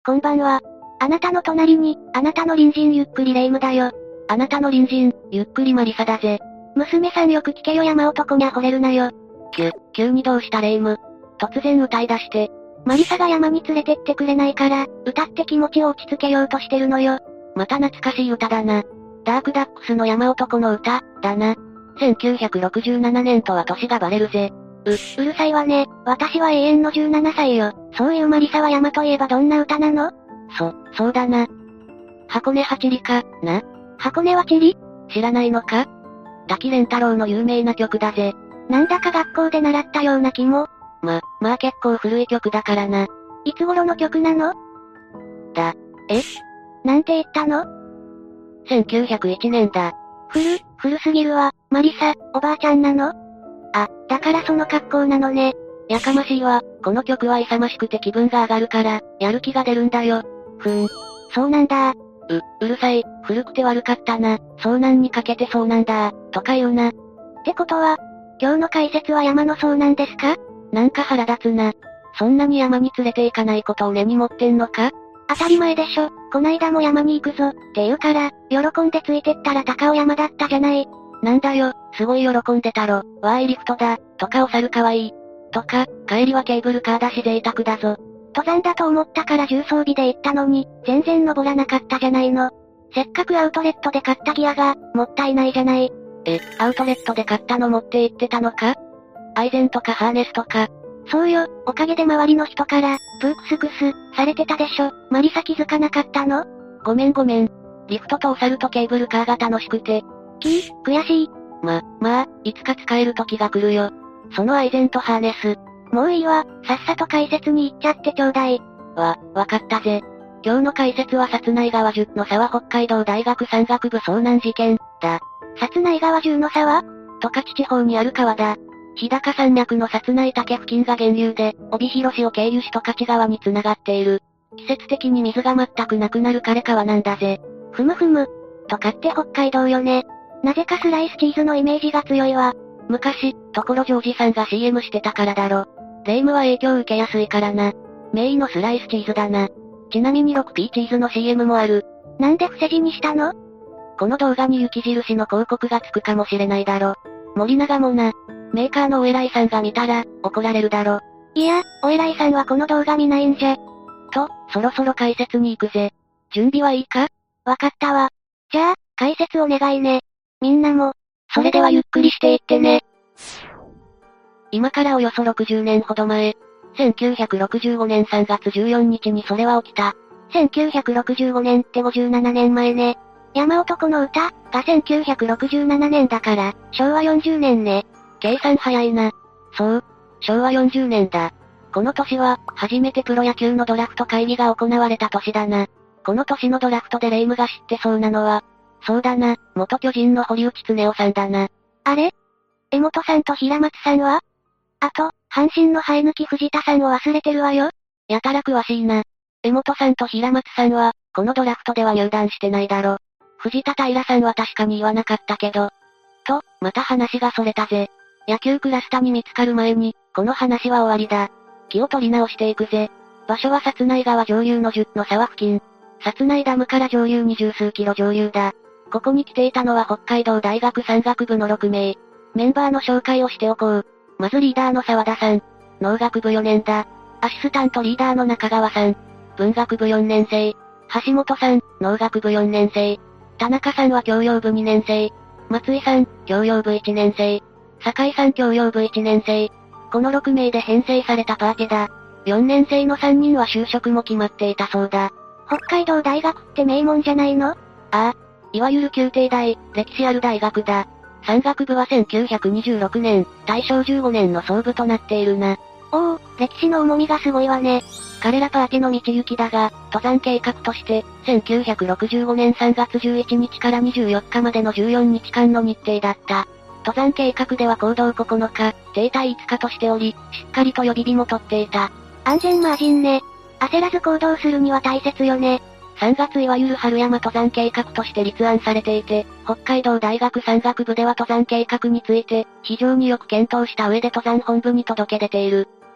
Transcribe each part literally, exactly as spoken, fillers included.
こんばんは。あなたの隣に、あなたの隣人ゆっくりレ夢ムだよ。 あなたの隣人、ゆっくりマリサだぜ。 娘さんよく聞けよ山男には惚れるなよ。 きゅ、急にどうしたレ夢ム。突然歌い出して。 マリサが山に連れてってくれないから、歌って気持ちを落ち着けようとしてるのよ。 また懐かしい歌だな。ダークダックスの山男の歌、だな。せんきゅうひゃくろくじゅうななねんとは年がバレるぜ。 う、うるさいわね。私は永遠のじゅうななさいよ。そういうマリサは山といえばどんな歌なの？ そ、そうだな。箱根八里か、な。 箱根は地理？ 知らないのか？滝蓮太郎の有名な曲だぜ。 なんだか学校で習ったような気も。 ま、まあ結構古い曲だからな。 いつ頃の曲なの？ だ、え？ なんて言ったの？ せんきゅうひゃくいちねんだ。 古、古すぎるわ。マリサ、おばあちゃんなの？あ、だからその格好なのね。 やかましいわ。この曲は勇ましくて気分が上がるから、やる気が出るんだよ。 ふーん。そうなんだ。 う、うるさい。古くて悪かったな。遭難にかけてそうなんだ。とか言うな。 ってことは、今日の解説は山の遭難ですか？ なんか腹立つな。そんなに山に連れて行かないことを根に持ってんのか？ 当たり前でしょ。こないだも山に行くぞ、って言うから、喜んでついてったら高尾山だったじゃない。 なんだよ、すごい喜んでたろ。わーいリフトだ、とかお猿かわいい。とか、帰りはケーブルカーだし贅沢だぞ。 登山だと思ったから重装備で行ったのに、全然登らなかったじゃないの。せっかくアウトレットで買ったギアが、もったいないじゃない。 え、アウトレットで買ったの持って行ってたのか？アイゼンとかハーネスとか。 そうよ、おかげで周りの人から、ブークスクス、されてたでしょ。マリサ気づかなかったの？ ごめんごめん。リフトとお猿とケーブルカーが楽しくて。 きー、悔しい。 ま、まあ、いつか使える時が来るよ。そのアイゼンとハーネス。 もういいわ、さっさと解説に行っちゃってちょうだい。 わ、わかったぜ。今日の解説は薩内川じゅうの沢北海道大学山岳部遭難事件、だ。 薩内川じゅうの沢？ 十勝地方にある川だ。日高山脈の薩内岳付近が源流で、帯広市を経由し十勝川に繋がっている。季節的に水が全くなくなる枯れ川なんだぜ。 ふむふむ。とかって北海道よね。なぜかスライスチーズのイメージが強いわ。 昔、所ジョージさんが シーエム してたからだろ。レ夢ムは影響受けやすいからな。名医のスライスチーズだな。ちなみに ろくピー チーズの シーエム もある。 なんで伏せ字にしたの？ この動画に雪印の広告がつくかもしれないだろ。森永もな。メーカーのお偉いさんが見たら、怒られるだろ。 いや、お偉いさんはこの動画見ないんじゃ。 と、そろそろ解説に行くぜ。準備はいいか？ わかったわ。じゃあ、解説お願いね。みんなも。 それではゆっくりしていってね。今からおよそろくじゅうねんほど前、せんきゅうひゃくろくじゅうごねんさんがつじゅうよっかにそれは起きた。 せんきゅうひゃくろくじゅうごねんってごじゅうななねんまえね。山男の歌がせんきゅうひゃくろくじゅうななねんだから、しょうわよんじゅうねんね。 計算早いな。そう、しょうわよんじゅうねんだ。この年は、初めてプロ野球のドラフト会議が行われた年だな。この年のドラフトでレ夢ムが知ってそうなのは、そうだな、元巨人の堀内恒夫さんだな。 あれ？江本さんと平松さんは？あと、阪神の生え抜き藤田さんを忘れてるわよ。 やたら詳しいな。江本さんと平松さんは、このドラフトでは入団してないだろ。藤田平さんは確かに言わなかったけど。と、また話がそれたぜ。野球クラスタに見つかる前に、この話は終わりだ。気を取り直していくぜ。場所は薩内川上流のじゅうの沢付近。薩内ダムから上流に十数キロ上流だ。ここに来ていたのは北海道大学山岳部のろくめい。メンバーの紹介をしておこう。まずリーダーの沢田さん。農学部よねんだ。アシスタントリーダーの中川さん。文学部よねん生。橋本さん、農学部よねん生。田中さんは教養部にねん生。松井さん、教養部いちねん生。酒井さん教養部いちねん生。このろくめいで編成されたパーティだ。よんねん生のさんにんは就職も決まっていたそうだ。 北海道大学って名門じゃないの？ああ。いわゆる宮廷大、歴史ある大学だ。山岳部はせんきゅうひゃくにじゅうろくねん、大正じゅうごねんの創部となっているな。 おお、歴史の重みがすごいわね。 彼らパーティの道行きだが、登山計画として、せんきゅうひゃくろくじゅうごねんさんがつじゅういちにちからにじゅうよっかまでのじゅうよっかかんの日程だった。登山計画では行動ここのか、停滞いつかとしており、しっかりと予備日も取っていた。 安全マージンね。焦らず行動するには大切よね。 さんがついわゆる春山登山計画として立案されていて、北海道大学山岳部では登山計画について、非常によく検討した上で登山本部に届け出ている。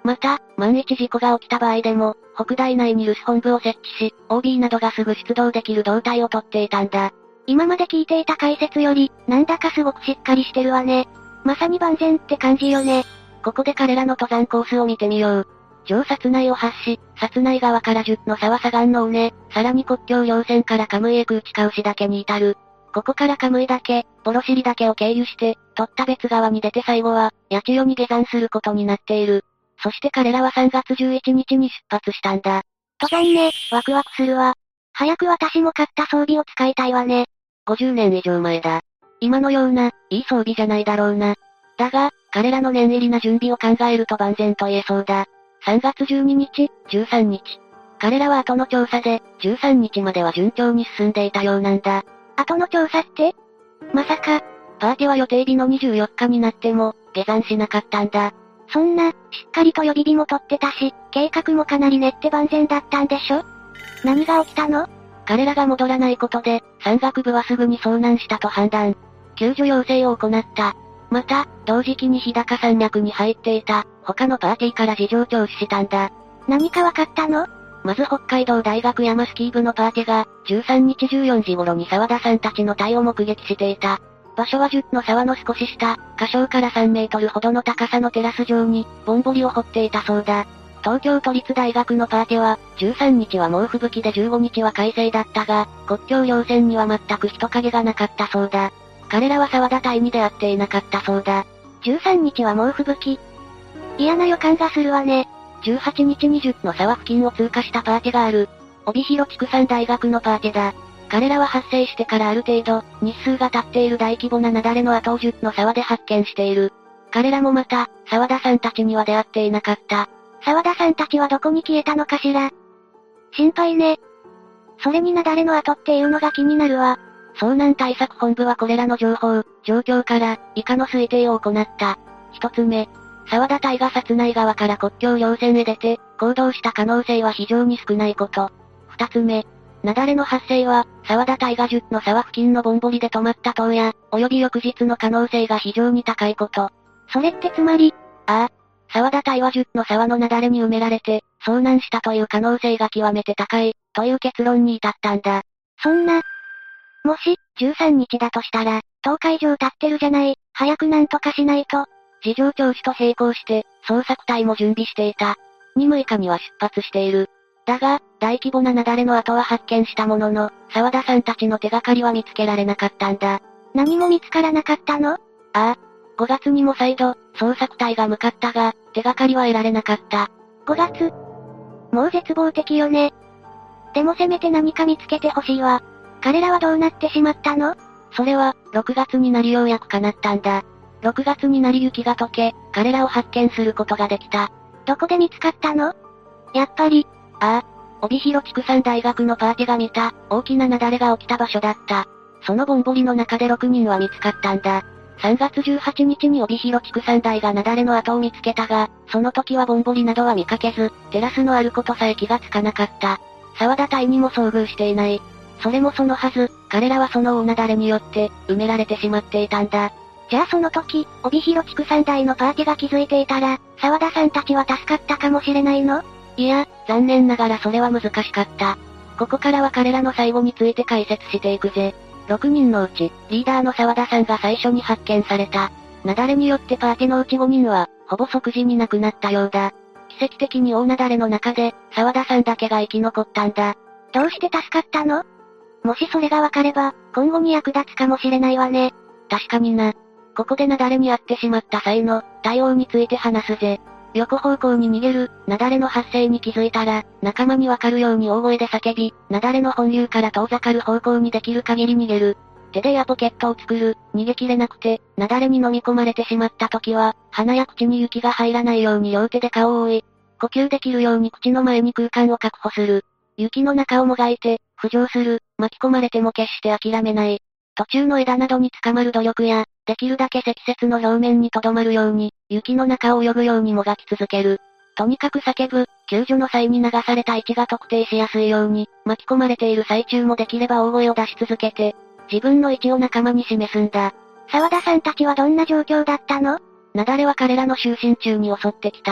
また、万一事故が起きた場合でも、北大内に留守本部を設置し、オービー などがすぐ出動できる動態を取っていたんだ。 今まで聞いていた解説より、なんだかすごくしっかりしてるわね。まさに万全って感じよね。 ここで彼らの登山コースを見てみよう。上薩内を発し、薩内川からじゅっの沢左岸の尾根、さらに国境稜線からカムイへ空地カウシ岳に至る。ここからカムイ岳、ボロシリ岳を経由して、取った別川に出て最後は、八千代に下山することになっている。そして彼らはさんがつじゅういちにちに出発したんだ。 登山ね、ワクワクするわ。早く私も買った装備を使いたいわね。 ごじゅうねん以上前だ。今のような、いい装備じゃないだろうな。だが、彼らの念入りな準備を考えると万全と言えそうだ。さんがつじゅうににち、じゅうさんにち。彼らは後の調査で、じゅうさんにちまでは順調に進んでいたようなんだ。 後の調査って？まさか、 パーティは予定日のにじゅうよっかになっても、下山しなかったんだ。 そんな、しっかりと予備日も取ってたし、計画もかなり練って万全だったんでしょ？何が起きたの？ 彼らが戻らないことで、山岳部はすぐに遭難したと判断。救助要請を行った。また、同時期に日高山脈に入っていた、他のパーティーから事情聴取したんだ。 何かわかったの？ まず北海道大学山スキー部のパーティーが、じゅうさんにちじゅうよんじ頃に沢田さんたちの隊を目撃していた。場所はじゅっの沢の少し下、河床からさんメートルほどの高さのテラス上に、ぼんぼりを掘っていたそうだ。東京都立大学のパーティーは、じゅうさんにちは猛吹雪でじゅうごにちは快晴だったが、国境稜線には全く人影がなかったそうだ。彼らは沢田隊に出会っていなかったそうだ。 じゅうさんにちは猛吹雪。嫌な予感がするわね。 じゅうはちにちにじゅっの沢付近を通過したパーティーがある。帯広畜産大学のパーティーだ。彼らは発生してからある程度、日数が経っている大規模な雪崩の後をじゅっの沢で発見している。彼らもまた、沢田さんたちには出会っていなかった。 沢田さんたちはどこに消えたのかしら？心配ね。それに雪崩の後っていうのが気になるわ。 遭難対策本部はこれらの情報、状況から、以下の推定を行った。一つ目、沢田隊が薩内川から国境稜線へ出て、行動した可能性は非常に少ないこと。二つ目、雪崩の発生は、沢田隊がじゅっの沢付近のぼんぼりで止まった当夜、及び翌日の可能性が非常に高いこと。 それってつまり、 ああ、沢田隊はじゅっの沢の雪崩に埋められて、遭難したという可能性が極めて高い、という結論に至ったんだ。 そんな、もし、じゅうさんにちだとしたら、とおか以上経ってるじゃない、早くなんとかしないと。 事情聴取と並行して、捜索隊も準備していた。に、むいかには出発している。だが、大規模な雪崩の後は発見したものの、沢田さんたちの手がかりは見つけられなかったんだ。 何も見つからなかったの？ ああ。ごがつにも再度、捜索隊が向かったが、手がかりは得られなかった。 ごがつ？もう絶望的よね。でもせめて何か見つけてほしいわ。彼らはどうなってしまったの？ それは、ろくがつになりようやく叶ったんだ。ろくがつになり雪が溶け、彼らを発見することができた。 どこで見つかったの？やっぱり、 ああ、帯広畜産大学のパーティーが見た、大きな雪崩が起きた場所だった。そのぼんぼりの中でろくにんは見つかったんだ。さんがつじゅうはちにちに帯広畜産大が雪崩の後を見つけたが、その時はぼんぼりなどは見かけず、テラスのあることさえ気がつかなかった。沢田隊にも遭遇していない。それもそのはず、彼らはその大雪崩によって、埋められてしまっていたんだ。 じゃあその時、帯広畜産大のパーティーが気づいていたら、沢田さんたちは助かったかもしれないの？ いや、残念ながらそれは難しかった。ここからは彼らの最後について解説していくぜ。ろくにんのうち、リーダーの沢田さんが最初に発見された。雪崩によってパーティーのうちごにんは、ほぼ即時に亡くなったようだ。奇跡的に大雪崩の中で、沢田さんだけが生き残ったんだ。 どうして助かったの？もしそれがわかれば、今後に役立つかもしれないわね。 確かにな。ここで雪崩に遭ってしまった際の、対応について話すぜ。横方向に逃げる、雪崩の発生に気づいたら、仲間にわかるように大声で叫び、雪崩の本流から遠ざかる方向にできる限り逃げる。手でエアポケットを作る、逃げきれなくて、雪崩に飲み込まれてしまった時は、鼻や口に雪が入らないように両手で顔を覆い、呼吸できるように口の前に空間を確保する。雪の中をもがいて、浮上する、巻き込まれても決して諦めない。途中の枝などに捕まる努力や、できるだけ積雪の表面に留まるように、雪の中を泳ぐようにもがき続ける。とにかく叫ぶ、救助の際に流された位置が特定しやすいように、巻き込まれている最中もできれば大声を出し続けて、自分の位置を仲間に示すんだ。 沢田さんたちはどんな状況だったの？ 雪崩は彼らの就寝中に襲ってきた。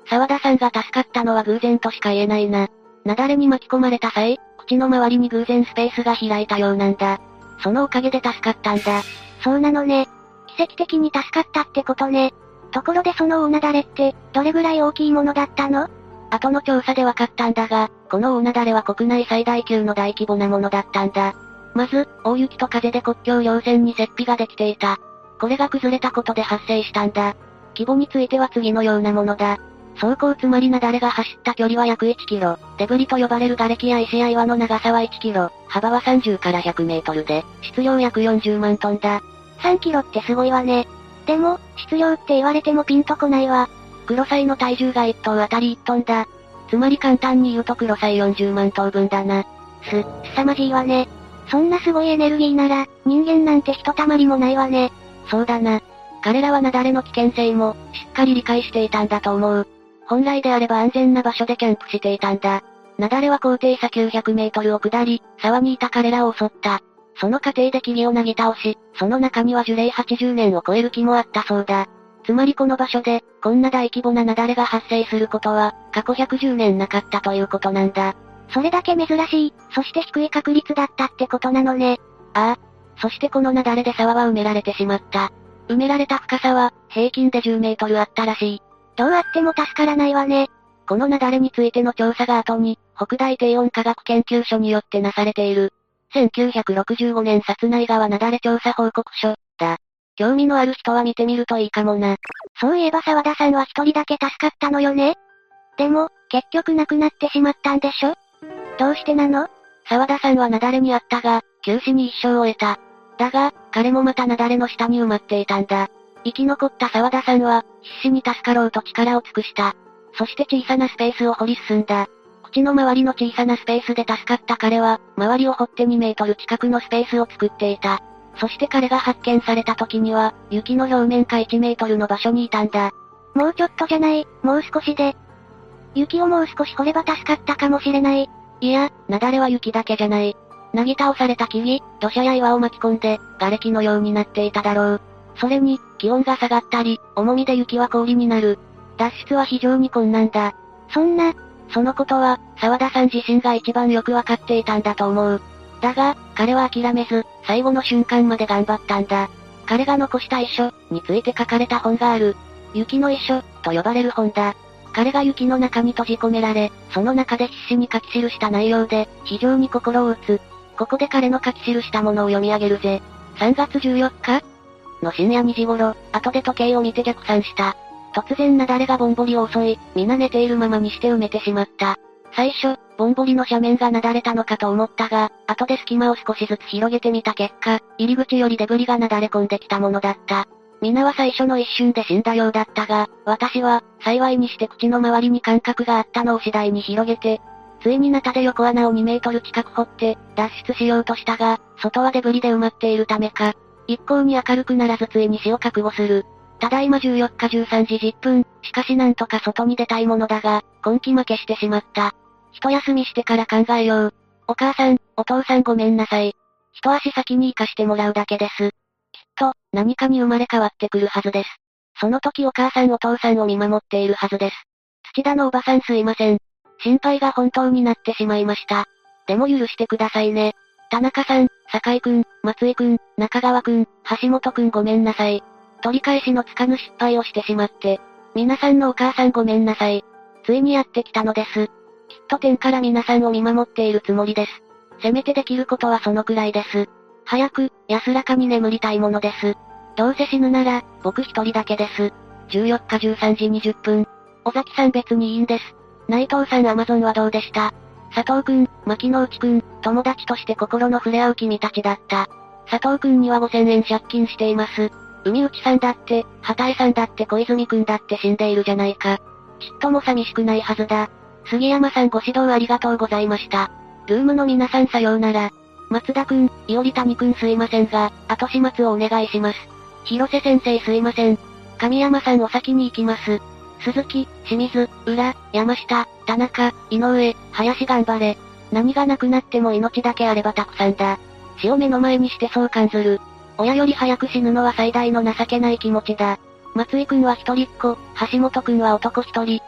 沢田さんが助かったのは偶然としか言えないな。雪崩に巻き込まれた際、口の周りに偶然スペースが開いたようなんだ。そのおかげで助かったんだ。 そうなのね。奇跡的に助かったってことね。ところでその大雪崩って、どれぐらい大きいものだったの？ 後の調査で分かったんだが、この大雪崩は国内最大級の大規模なものだったんだ。まず、大雪と風で国境両線に雪庇ができていた。これが崩れたことで発生したんだ。規模については次のようなものだ。走行つまり雪崩が走った距離は約いちキロ、デブリと呼ばれる瓦礫や石や岩の長さはいちキロ、幅はさんじゅうからひゃくメートルで、質量約よんじゅうまんトンだ。 さんキロってすごいわね。でも、質量って言われてもピンとこないわ。 クロサイの体重がいっ頭あたりいちトンだ。つまり簡単に言うとクロサイよんじゅうまん頭分だな。 す、凄まじいわね。そんなすごいエネルギーなら、人間なんてひとたまりもないわね。 そうだな。彼らは雪崩の危険性も、しっかり理解していたんだと思う。本来であれば安全な場所でキャンプしていたんだ。雪崩は高低差きゅうひゃくメートルを下り、沢にいた彼らを襲った。その過程で木々をなぎ倒し、その中には樹齢はちじゅうねんを超える木もあったそうだ。つまりこの場所で、こんな大規模な雪崩が発生することは、過去ひゃくじゅうねんなかったということなんだ。 それだけ珍しい、そして低い確率だったってことなのね。 ああ。そしてこの雪崩で沢は埋められてしまった。埋められた深さは、平均でじゅうメートルあったらしい。 どうあっても助からないわね。 この雪崩についての調査が後に、北大低温科学研究所によってなされている。せんきゅうひゃくろくじゅうごねん薩内川雪崩調査報告書、だ。興味のある人は見てみるといいかもな。 そういえば沢田さんは一人だけ助かったのよね。でも、結局亡くなってしまったんでしょ？どうしてなの？ 沢田さんは雪崩にあったが、急死に一生を得た。だが、彼もまた雪崩の下に埋まっていたんだ。生き残った沢田さんは、必死に助かろうと力を尽くした。そして小さなスペースを掘り進んだ。口の周りの小さなスペースで助かった彼は、周りを掘ってにメートル近くのスペースを作っていた。そして彼が発見された時には、雪の表面下いちメートルの場所にいたんだ。 もうちょっとじゃない、もう少しで。雪をもう少し掘れば助かったかもしれない。 いや、雪崩は雪だけじゃない。なぎ倒された木々、土砂や岩を巻き込んで、瓦礫のようになっていただろう。それに、気温が下がったり、重みで雪は氷になる。脱出は非常に困難だ。 そんな、 そのことは、沢田さん自身が一番よくわかっていたんだと思う。だが、彼は諦めず、最後の瞬間まで頑張ったんだ。彼が残した遺書、について書かれた本がある。雪の遺書、と呼ばれる本だ。彼が雪の中に閉じ込められ、その中で必死に書き記した内容で、非常に心を打つ。ここで彼の書き記したものを読み上げるぜ。さんがつじゅうよっかの深夜にじ頃、後で時計を見て逆算した。突然雪崩がぼんぼりを襲い、皆寝ているままにして埋めてしまった。最初、ぼんぼりの斜面が雪崩れたのかと思ったが、後で隙間を少しずつ広げてみた結果、入り口よりデブリが雪崩込んできたものだった。皆は最初の一瞬で死んだようだったが、私は、幸いにして口の周りに間隔があったのを次第に広げて、ついにナタで横穴をにメートル近く掘って、脱出しようとしたが、外はデブリで埋まっているためか、一向に明るくならずついに死を覚悟する。ただいまじゅうよっかじゅうさんじじゅっぷん、しかしなんとか外に出たいものだが、今季負けしてしまった。一休みしてから考えよう。お母さん、お父さんごめんなさい。一足先に行かしてもらうだけです。きっと、何かに生まれ変わってくるはずです。その時お母さんお父さんを見守っているはずです。土田のおばさんすいません。心配が本当になってしまいました。でも許してくださいね。田中さん、酒井くん、松井くん、中川くん、橋本くんごめんなさい。取り返しのつかぬ失敗をしてしまって。皆さんのお母さんごめんなさい。ついにやってきたのです。きっと天から皆さんを見守っているつもりです。せめてできることはそのくらいです。早く、安らかに眠りたいものです。どうせ死ぬなら、僕一人だけです。じゅうよっかじゅうさんじにじゅっぷん。尾崎さん別にいいんです。内藤さんアマゾンはどうでした？佐藤くん、牧之内くん、友達として心の触れ合う君たちだった。佐藤くんにはごせんえん借金しています。海内さんだって、畑江さんだって小泉くんだって死んでいるじゃないか。ちっとも寂しくないはずだ。杉山さんご指導ありがとうございました。ルームの皆さんさようなら。松田くん、伊織谷くんすいませんが、後始末をお願いします。広瀬先生すいません。神山さんお先に行きます。鈴木、清水、浦、山下、田中、井上、林頑張れ。何がなくなっても命だけあればたくさんだ。死を目の前にしてそう感ずる。親より早く死ぬのは最大の情けない気持ちだ。松井くんは一人っ子、橋本くんは男一人、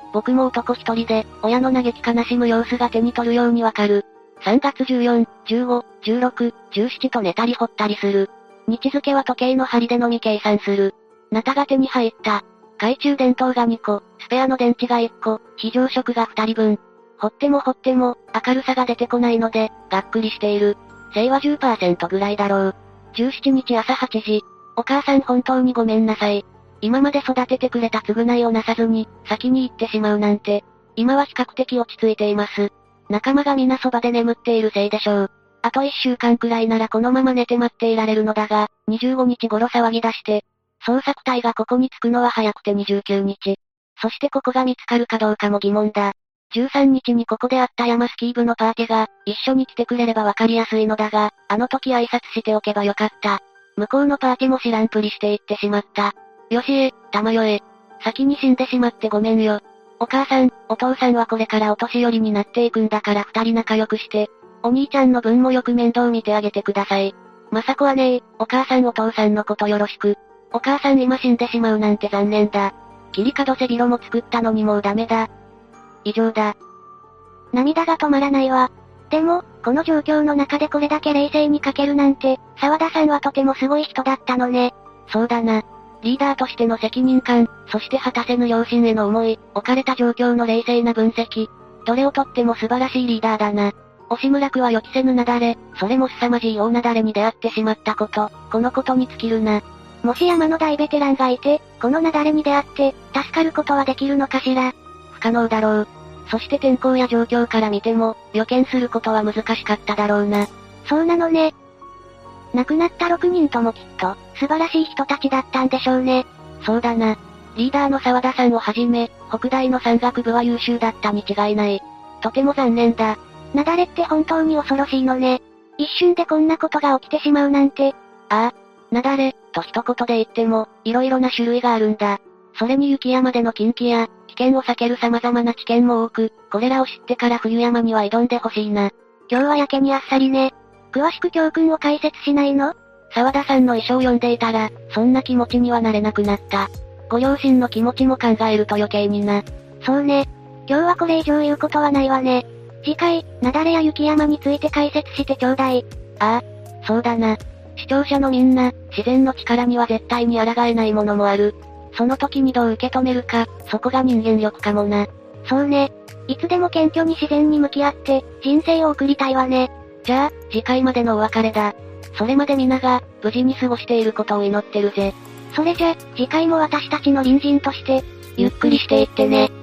僕も男一人で、親の嘆き悲しむ様子が手に取るようにわかる。さんがつじゅうよっか、じゅうご、じゅうろく、じゅうしちと寝たり掘ったりする。日付は時計の針でのみ計算する。ナタが手に入った。懐中電灯がにこ、スペアの電池がいっこ、非常食がふたりぶん。掘っても掘っても、明るさが出てこないので、がっくりしている。精は じゅっパーセント ぐらいだろう。じゅうしちにち朝はちじ。お母さん本当にごめんなさい。今まで育ててくれた償いをなさずに、先に行ってしまうなんて。今は比較的落ち着いています。仲間が皆そばで眠っているせいでしょう。あといっしゅうかんくらいならこのまま寝て待っていられるのだが、にじゅうごにち頃騒ぎ出して、捜索隊がここに着くのは早くてにじゅうくにち。そしてここが見つかるかどうかも疑問だ。じゅうさんにちにここで会った山スキー部のパーティが、一緒に来てくれればわかりやすいのだが、あの時挨拶しておけばよかった。向こうのパーティも知らんぷりして行ってしまった。よしえ、たまよえ。先に死んでしまってごめんよ。お母さん、お父さんはこれからお年寄りになっていくんだから二人仲良くして、お兄ちゃんの分もよく面倒見てあげてください。まさこはねえ、お母さんお父さんのことよろしく。お母さん今死んでしまうなんて残念だ。切り角背広も作ったのにもうダメだ。以上だ。 涙が止まらないわ。でも、この状況の中でこれだけ冷静に書けるなんて、沢田さんはとてもすごい人だったのね。 そうだな。リーダーとしての責任感、そして果たせぬ両親への思い、置かれた状況の冷静な分析。どれをとっても素晴らしいリーダーだな。押村区は予期せぬ雪崩、それも凄まじい大雪崩に出会ってしまったこと、このことに尽きるな。 もし山の大ベテランがいて、この雪崩に出会って、助かることはできるのかしら。 不可能だろう。そして天候や状況から見ても、予見することは難しかっただろうな。 そうなのね。亡くなったろくにんともきっと、素晴らしい人たちだったんでしょうね。 そうだな。リーダーの沢田さんをはじめ、北大の山岳部は優秀だったに違いない。とても残念だ。 雪崩って本当に恐ろしいのね。一瞬でこんなことが起きてしまうなんて。 ああ、雪崩、と一言で言っても、いろいろな種類があるんだ。それに雪山での近畿や、危険を避ける様々な知見も多く、これらを知ってから冬山には挑んでほしいな。 今日はやけにあっさりね。詳しく教訓を解説しないの？ 沢田さんの遺書を読んでいたら、そんな気持ちにはなれなくなった。ご両親の気持ちも考えると余計にな。 そうね。今日はこれ以上言うことはないわね。次回、雪崩や雪山について解説してちょうだい。 ああ、そうだな。視聴者のみんな、自然の力には絶対に抗えないものもある。その時にどう受け止めるか、そこが人間力かもな。 そうね。いつでも謙虚に自然に向き合って、人生を送りたいわね。 じゃあ、次回までのお別れだ。それまで皆が、無事に過ごしていることを祈ってるぜ。 それじゃ、次回も私たちの隣人として、ゆっくりしていってね。